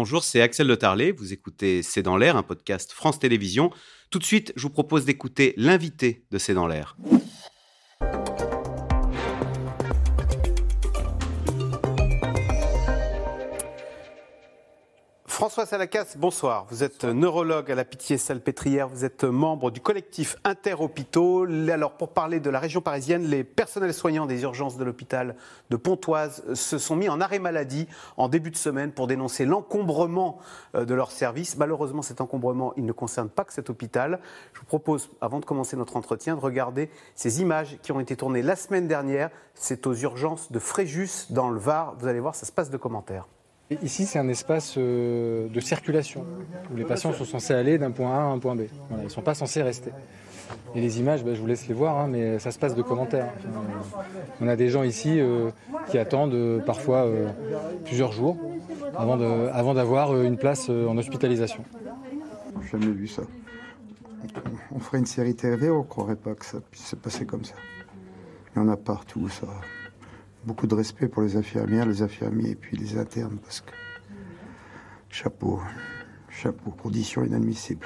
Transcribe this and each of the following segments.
bonjour, c'est Axel Le Tarlet. Vous écoutez C'est dans l'air, un podcast France Télévisions. Tout de suite, je vous propose d'écouter l'invité de C'est dans l'air. François Salacasse, bonsoir. Vous êtes neurologue à la Pitié-Salpêtrière, vous êtes membre du collectif Inter-Hôpitaux. Alors, pour parler de la région parisienne, les personnels soignants des urgences de l'hôpital de Pontoise se sont mis en arrêt maladie en début de semaine pour dénoncer l'encombrement de leurs services. Malheureusement, cet encombrement, il ne concerne pas que cet hôpital. Je vous propose, avant de commencer notre entretien, de regarder ces images qui ont été tournées la semaine dernière. C'est aux urgences de Fréjus, dans le Var. Vous allez voir, ça se passe de commentaires. Ici, c'est un espace de circulation où les patients sont censés aller d'un point A à un point B. Voilà, ils ne sont pas censés rester. Et les images, je vous laisse les voir, mais ça se passe de commentaires. On a des gens ici qui attendent parfois plusieurs jours avant d'avoir une place en hospitalisation. J'ai jamais vu ça. On ferait une série TV, on ne croirait pas que ça puisse se passer comme ça. Il y en a partout, ça. Beaucoup de respect pour les infirmières, les infirmiers et puis les internes, parce que chapeau, conditions inadmissibles.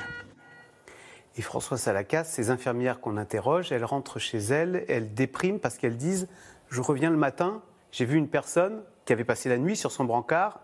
Et François Salacasse, ces infirmières qu'on interroge, elles rentrent chez elles, elles dépriment parce qu'elles disent « Je reviens le matin, j'ai vu une personne qui avait passé la nuit sur son brancard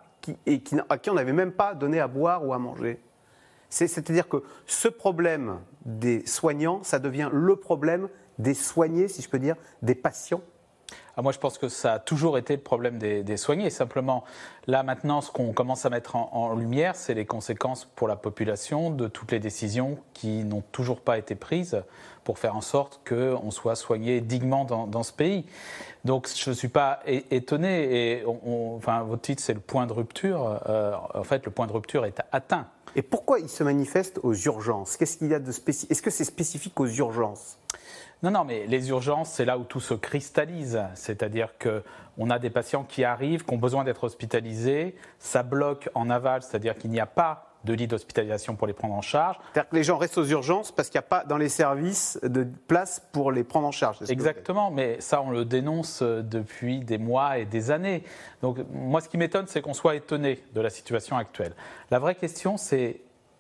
à qui on n'avait même pas donné à boire ou à manger ». C'est-à-dire que ce problème des soignants, ça devient le problème des soignés, si je peux dire, des patients. Moi, je pense que ça a toujours été le problème des soignés. Simplement, là, maintenant, ce qu'on commence à mettre en lumière, c'est les conséquences pour la population de toutes les décisions qui n'ont toujours pas été prises pour faire en sorte qu'on soit soigné dignement dans ce pays. Donc, je ne suis pas étonné. Et votre titre, c'est le point de rupture. En fait, le point de rupture est atteint. Et pourquoi il se manifeste aux urgences ? Qu'est-ce qu'il y a de spécifique ? Est-ce que c'est spécifique aux urgences ? Non, mais les urgences, c'est là où tout se cristallise. C'est-à-dire qu'on a des patients qui arrivent, qui ont besoin d'être hospitalisés. Ça bloque en aval, c'est-à-dire qu'il n'y a pas de lit d'hospitalisation pour les prendre en charge. C'est-à-dire que les gens restent aux urgences parce qu'il n'y a pas dans les services de place pour les prendre en charge. Exactement, mais ça, on le dénonce depuis des mois et des années. Donc, moi, ce qui m'étonne, c'est qu'on soit étonné de la situation actuelle. La vraie question, c'est...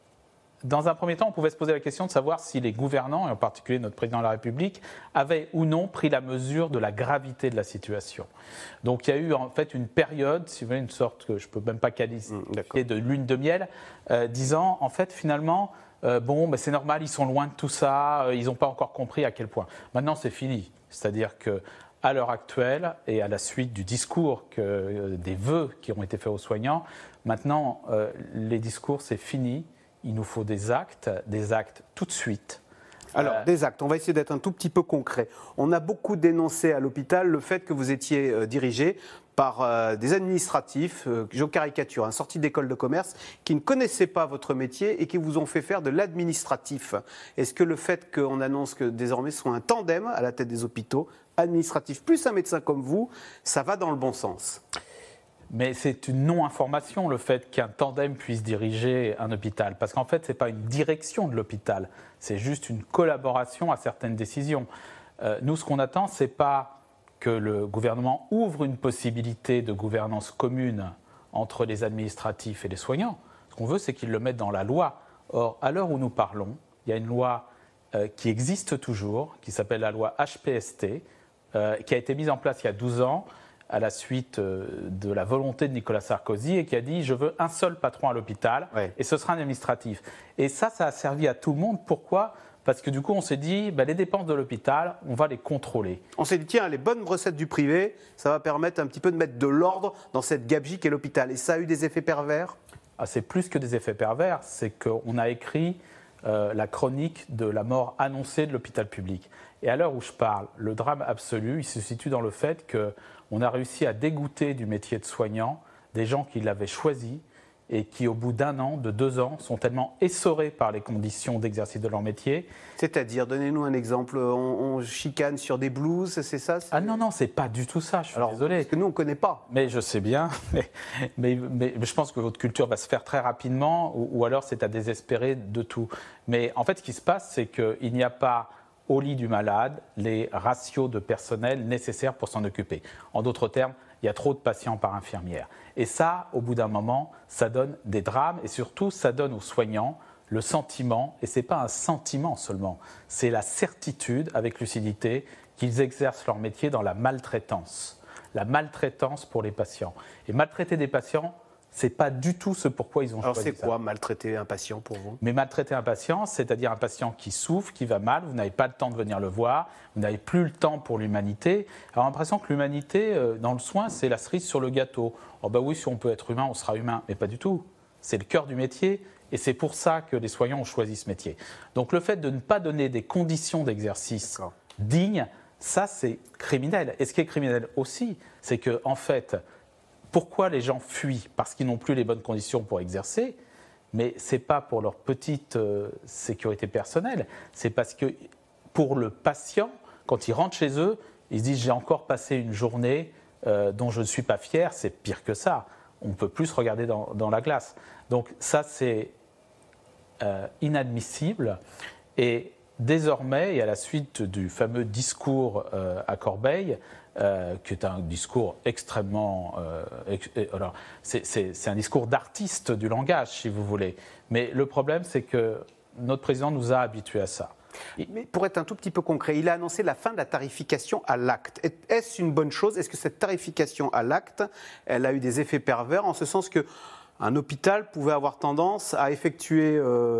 Dans un premier temps, on pouvait se poser la question de savoir si les gouvernants, et en particulier notre président de la République, avaient ou non pris la mesure de la gravité de la situation. Donc il y a eu en fait une période, si vous voulez, une sorte que je ne peux même pas qualifier de lune de miel, disant en fait finalement, c'est normal, ils sont loin de tout ça, ils n'ont pas encore compris à quel point. Maintenant c'est fini, c'est-à-dire qu'à l'heure actuelle et à la suite du discours, des vœux qui ont été faits aux soignants, maintenant les discours c'est fini. Il nous faut des actes tout de suite. Alors, des actes, on va essayer d'être un tout petit peu concret. On a beaucoup dénoncé à l'hôpital le fait que vous étiez dirigé par des administratifs, je caricature, sortis d'école de commerce, qui ne connaissaient pas votre métier et qui vous ont fait faire de l'administratif. Est-ce que le fait qu'on annonce que désormais ce soit un tandem à la tête des hôpitaux, administratif plus un médecin comme vous, ça va dans le bon sens ? Mais c'est une non-information, le fait qu'un tandem puisse diriger un hôpital. Parce qu'en fait, ce n'est pas une direction de l'hôpital, c'est juste une collaboration à certaines décisions. Nous, ce qu'on attend, ce n'est pas que le gouvernement ouvre une possibilité de gouvernance commune entre les administratifs et les soignants. Ce qu'on veut, c'est qu'ils le mettent dans la loi. Or, à l'heure où nous parlons, il y a une loi qui existe toujours, qui s'appelle la loi HPST, qui a été mise en place il y a 12 ans, à la suite de la volonté de Nicolas Sarkozy et qui a dit « je veux un seul patron à l'hôpital et ce sera un administratif ». Et ça a servi à tout le monde. Pourquoi ? Parce que du coup, on s'est dit les dépenses de l'hôpital, on va les contrôler. On s'est dit tiens, les bonnes recettes du privé, ça va permettre un petit peu de mettre de l'ordre dans cette gabegie qu'est l'hôpital. Et ça a eu des effets pervers ? C'est plus que des effets pervers, c'est qu'on a écrit la chronique de la mort annoncée de l'hôpital public. Et à l'heure où je parle, le drame absolu, il se situe dans le fait qu'on a réussi à dégoûter du métier de soignant des gens qui l'avaient choisi et qui, au bout d'1 an, de 2 ans, sont tellement essorés par les conditions d'exercice de leur métier. C'est-à-dire, donnez-nous un exemple, on chicane sur des blouses, c'est ça ? Non, c'est pas du tout ça, je suis désolé. Parce que nous, on ne connaît pas. Mais je sais bien, mais je pense que votre culture va se faire très rapidement, ou alors c'est à désespérer de tout. Mais en fait, ce qui se passe, c'est qu'il n'y a pas au lit du malade les ratios de personnel nécessaires pour s'en occuper. En d'autres termes, il y a trop de patients par infirmière. Et ça, au bout d'un moment, ça donne des drames et surtout, ça donne aux soignants le sentiment, et ce n'est pas un sentiment seulement, c'est la certitude, avec lucidité, qu'ils exercent leur métier dans la maltraitance pour les patients. Et maltraiter des patients, ce n'est pas du tout ce pourquoi ils ont choisi ça. Alors c'est quoi maltraiter un patient pour vous ? Mais maltraiter un patient, c'est-à-dire un patient qui souffre, qui va mal, vous n'avez pas le temps de venir le voir, vous n'avez plus le temps pour l'humanité. Alors l'impression que l'humanité, dans le soin, c'est la cerise sur le gâteau. Oh ben oui, si on peut être humain, on sera humain. Mais pas du tout. C'est le cœur du métier. Et c'est pour ça que les soignants ont choisi ce métier. Donc le fait de ne pas donner des conditions d'exercice dignes, ça c'est criminel. Et ce qui est criminel aussi, c'est que en fait, pourquoi les gens fuient ? Parce qu'ils n'ont plus les bonnes conditions pour exercer, mais ce n'est pas pour leur petite sécurité personnelle, c'est parce que pour le patient, quand ils rentrent chez eux, ils se disent « j'ai encore passé une journée dont je ne suis pas fier », c'est pire que ça. On ne peut plus se regarder dans la glace. Donc ça c'est inadmissible. Et désormais, et à la suite du fameux discours à Corbeil, qui est un discours extrêmement... alors, c'est un discours d'artiste du langage, si vous voulez. Mais le problème, c'est que notre président nous a habitués à ça. Mais pour être un tout petit peu concret, il a annoncé la fin de la tarification à l'acte. Est-ce une bonne chose ? Est-ce que cette tarification à l'acte, elle a eu des effets pervers, en ce sens que un hôpital pouvait avoir tendance à effectuer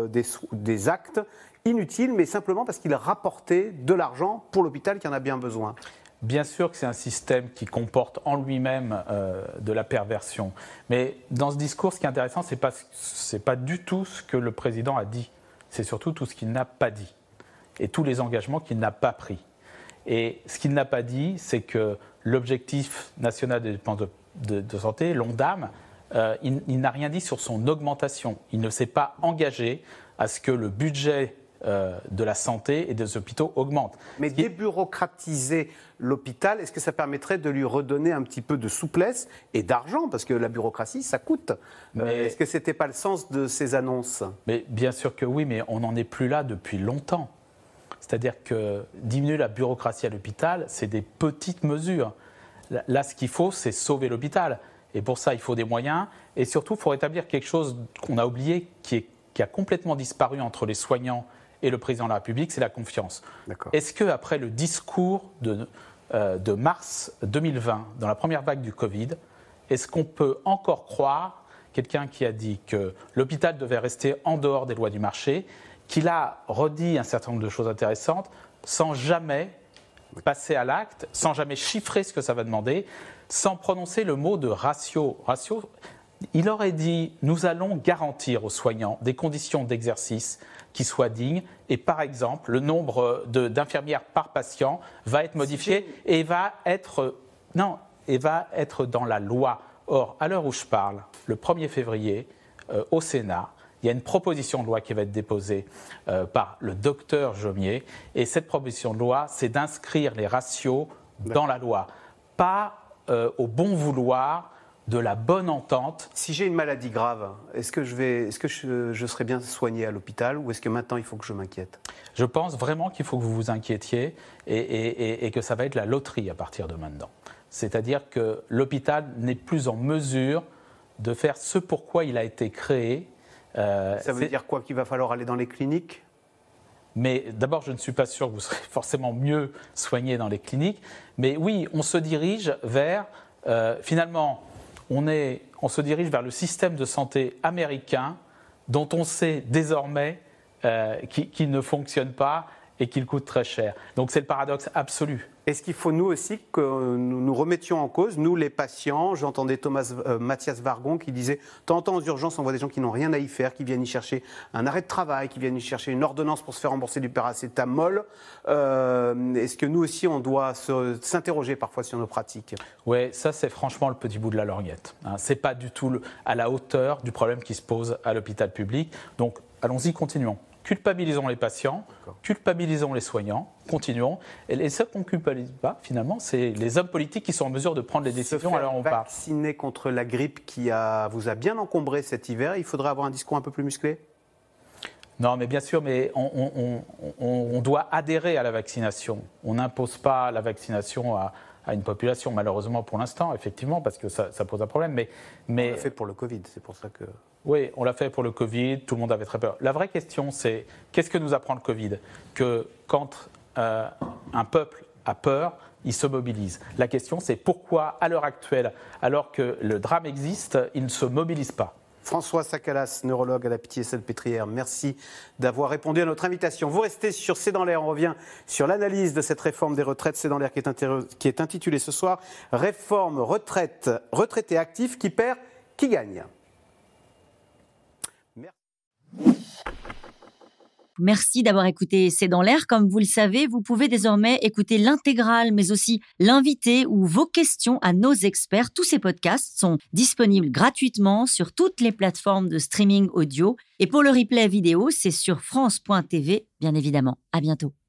des actes inutiles, mais simplement parce qu'il rapportait de l'argent pour l'hôpital qui en a bien besoin. Bien sûr que c'est un système qui comporte en lui-même de la perversion. Mais dans ce discours, ce qui est intéressant, c'est pas du tout ce que le président a dit. C'est surtout tout ce qu'il n'a pas dit. Et tous les engagements qu'il n'a pas pris. Et ce qu'il n'a pas dit, c'est que l'objectif national des dépenses de santé, l'ONDAM, il n'a rien dit sur son augmentation. Il ne s'est pas engagé à ce que le budget de la santé et des hôpitaux augmente. Mais débureaucratiser l'hôpital, est-ce que ça permettrait de lui redonner un petit peu de souplesse et d'argent ? Parce que la bureaucratie, ça coûte. Est-ce que ce n'était pas le sens de ces annonces ? Mais bien sûr que oui, mais on n'en est plus là depuis longtemps. C'est-à-dire que diminuer la bureaucratie à l'hôpital, c'est des petites mesures. Là, ce qu'il faut, c'est sauver l'hôpital. Et pour ça, il faut des moyens. Et surtout, il faut rétablir quelque chose qu'on a oublié, qui a complètement disparu entre les soignants et le président de la République, c'est la confiance. Est-ce qu'après le discours de mars 2020, dans la première vague du Covid, est-ce qu'on peut encore croire quelqu'un qui a dit que l'hôpital devait rester en dehors des lois du marché, qu'il a redit un certain nombre de choses intéressantes, sans jamais passer à l'acte, sans jamais chiffrer ce que ça va demander, sans prononcer le mot de ratio. Il aurait dit « nous allons garantir aux soignants des conditions d'exercice qui soient dignes et par exemple, le nombre d'infirmières par patient va être modifié et va être dans la loi ». Or, à l'heure où je parle, le 1er février, au Sénat, il y a une proposition de loi qui va être déposée par le docteur Jomier. Et cette proposition de loi, c'est d'inscrire les ratios dans la loi, pas au bon vouloir de la bonne entente. Si j'ai une maladie grave, est-ce que je serai bien soigné à l'hôpital ou est-ce que maintenant il faut que je m'inquiète ? Je pense vraiment qu'il faut que vous vous inquiétiez et que ça va être la loterie à partir de maintenant. C'est-à-dire que l'hôpital n'est plus en mesure de faire ce pourquoi il a été créé. Ça veut dire quoi ? Qu'il va falloir aller dans les cliniques ? Mais d'abord, je ne suis pas sûr que vous serez forcément mieux soigné dans les cliniques. Mais oui, on se dirige vers, finalement, on se dirige vers le système de santé américain dont on sait désormais qu'il ne fonctionne pas et qu'il coûte très cher. Donc c'est le paradoxe absolu. Est-ce qu'il faut nous aussi que nous nous remettions en cause, nous les patients? J'entendais Mathias Vargon qui disait, de temps en temps aux urgences on voit des gens qui n'ont rien à y faire, qui viennent y chercher un arrêt de travail, qui viennent y chercher une ordonnance pour se faire rembourser du paracétamol. Est-ce que nous aussi on doit s'interroger parfois sur nos pratiques? Oui, ça c'est franchement le petit bout de la lorgnette. Ce n'est pas du tout à la hauteur du problème qui se pose à l'hôpital public. Donc allons-y, continuons. Culpabilisons les patients, culpabilisons les soignants, continuons. Et les seuls qu'on ne culpabilise pas, finalement, c'est les hommes politiques qui sont en mesure de prendre les décisions à l'heure où on parle. Vacciner contre la grippe qui vous a bien encombré cet hiver, il faudrait avoir un discours un peu plus musclé? Non, mais bien sûr, mais on doit adhérer à la vaccination. On n'impose pas la vaccination à une population, malheureusement pour l'instant, effectivement, parce que ça pose un problème. Mais on l'a fait pour le Covid, c'est pour ça que... Oui, on l'a fait pour le Covid, tout le monde avait très peur. La vraie question, c'est qu'est-ce que nous apprend le Covid ? Que quand un peuple a peur, il se mobilise. La question, c'est pourquoi, à l'heure actuelle, alors que le drame existe, il ne se mobilise pas ? François Sakalas, neurologue à la Pitié-Salpêtrière, merci d'avoir répondu à notre invitation. Vous restez sur C'est dans l'air, on revient sur l'analyse de cette réforme des retraites. C'est dans l'air qui est intitulée ce soir « Réforme retraité actif qui perd, qui gagne ». Merci d'avoir écouté C'est dans l'air. Comme vous le savez, vous pouvez désormais écouter l'intégrale, mais aussi l'invité ou vos questions à nos experts. Tous ces podcasts sont disponibles gratuitement sur toutes les plateformes de streaming audio. Et pour le replay vidéo, c'est sur France.tv, bien évidemment. À bientôt.